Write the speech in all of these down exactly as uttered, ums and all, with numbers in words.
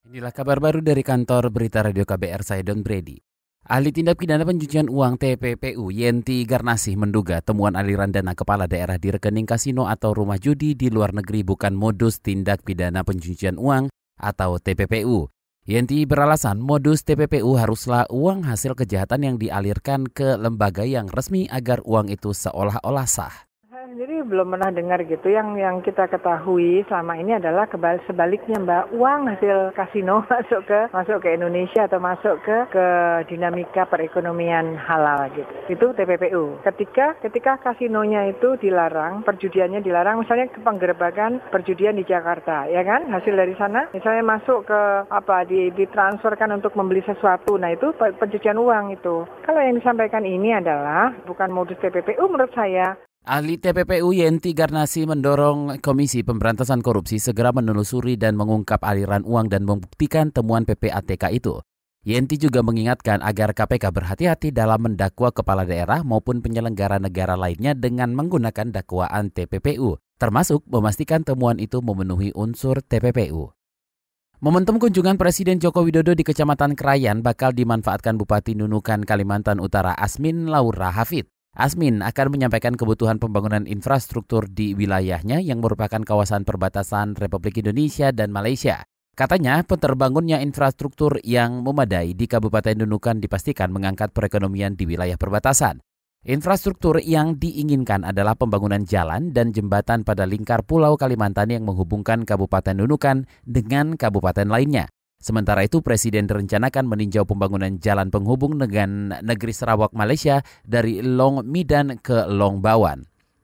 Inilah kabar baru dari kantor berita Radio K B R, saya Don Brady. Ahli tindak pidana pencucian uang T P P U Yenti Garnasih menduga temuan aliran dana kepala daerah di rekening kasino atau rumah judi di luar negeri bukan modus tindak pidana pencucian uang atau T P P U. Yenti beralasan modus T P P U haruslah uang hasil kejahatan yang dialirkan ke lembaga yang resmi agar uang itu seolah-olah sah. Jadi belum pernah dengar gitu. Yang yang kita ketahui selama ini adalah kebal sebaliknya, Mbak. Uang hasil kasino masuk ke masuk ke Indonesia atau masuk ke ke dinamika perekonomian halal gitu. Itu T P P U. Ketika ketika kasinonya itu dilarang, perjudiannya dilarang, misalnya ke penggerebekan perjudian di Jakarta, ya kan? Hasil dari sana misalnya masuk ke apa di ditransferkan untuk membeli sesuatu. Nah, itu pencucian uang itu. Kalau yang disampaikan ini adalah bukan modus T P P U menurut saya. Ahli T P P U Yenti Garnasih mendorong Komisi Pemberantasan Korupsi segera menelusuri dan mengungkap aliran uang dan membuktikan temuan P P A T K itu. Yenti juga mengingatkan agar K P K berhati-hati dalam mendakwa kepala daerah maupun penyelenggara negara lainnya dengan menggunakan dakwaan T P P U, termasuk memastikan temuan itu memenuhi unsur T P P U. Momentum kunjungan Presiden Joko Widodo di Kecamatan Krayan bakal dimanfaatkan Bupati Nunukan, Kalimantan Utara Asmin Laura Hafid. Asmin akan menyampaikan kebutuhan pembangunan infrastruktur di wilayahnya yang merupakan kawasan perbatasan Republik Indonesia dan Malaysia. Katanya, terbangunnya infrastruktur yang memadai di Kabupaten Nunukan dipastikan mengangkat perekonomian di wilayah perbatasan. Infrastruktur yang diinginkan adalah pembangunan jalan dan jembatan pada lingkar Pulau Kalimantan yang menghubungkan Kabupaten Nunukan dengan kabupaten lainnya. Sementara itu, Presiden direncanakan meninjau pembangunan jalan penghubung dengan negeri Sarawak, Malaysia dari Long Midan ke Long Bawan.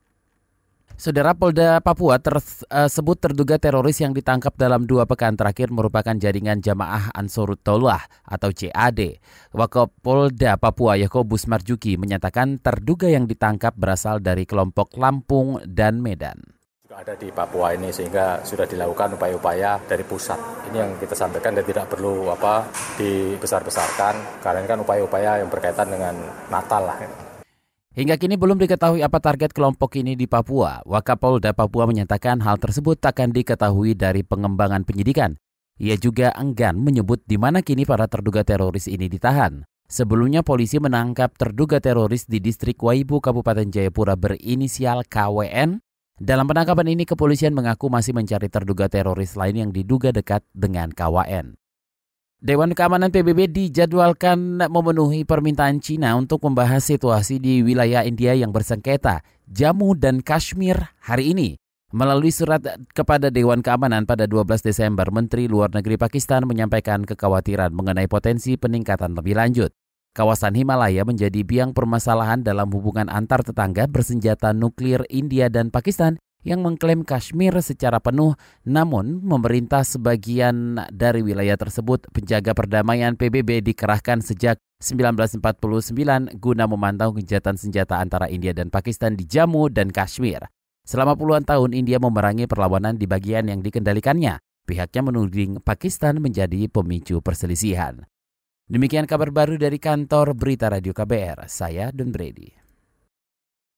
Saudara, Polda Papua tersebut terduga teroris yang ditangkap dalam dua pekan terakhir merupakan jaringan Jamaah Ansarut-Daulah atau J A D. Wakapolda Papua Yakobus Marjuki menyatakan terduga yang ditangkap berasal dari kelompok Lampung dan Medan. Ada di Papua ini sehingga sudah dilakukan upaya-upaya dari pusat. Ini yang kita sampaikan dan tidak perlu apa dibesar-besarkan karena ini kan upaya-upaya yang berkaitan dengan Natal lah. Hingga kini belum diketahui apa target kelompok ini di Papua. Wakapolda Papua menyatakan hal tersebut akan diketahui dari pengembangan penyidikan. Ia juga enggan menyebut di mana kini para terduga teroris ini ditahan. Sebelumnya polisi menangkap terduga teroris di distrik Waibu, Kabupaten Jayapura berinisial K W N. Dalam penangkapan ini, kepolisian mengaku masih mencari terduga teroris lain yang diduga dekat dengan K W N. Dewan Keamanan P B B dijadwalkan memenuhi permintaan Cina untuk membahas situasi di wilayah India yang bersengketa, Jammu dan Kashmir hari ini. Melalui surat kepada Dewan Keamanan pada dua belas Desember, Menteri Luar Negeri Pakistan menyampaikan kekhawatiran mengenai potensi peningkatan lebih lanjut. Kawasan Himalaya menjadi biang permasalahan dalam hubungan antar tetangga bersenjata nuklir India dan Pakistan yang mengklaim Kashmir secara penuh, namun pemerintah sebagian dari wilayah tersebut penjaga perdamaian P B B dikerahkan sejak seribu sembilan ratus empat puluh sembilan guna memantau gencatan senjata antara India dan Pakistan di Jammu dan Kashmir. Selama puluhan tahun India memerangi perlawanan di bagian yang dikendalikannya. Pihaknya menuding Pakistan menjadi pemicu perselisihan. Demikian kabar baru dari kantor Berita Radio K B R, saya Don Brady.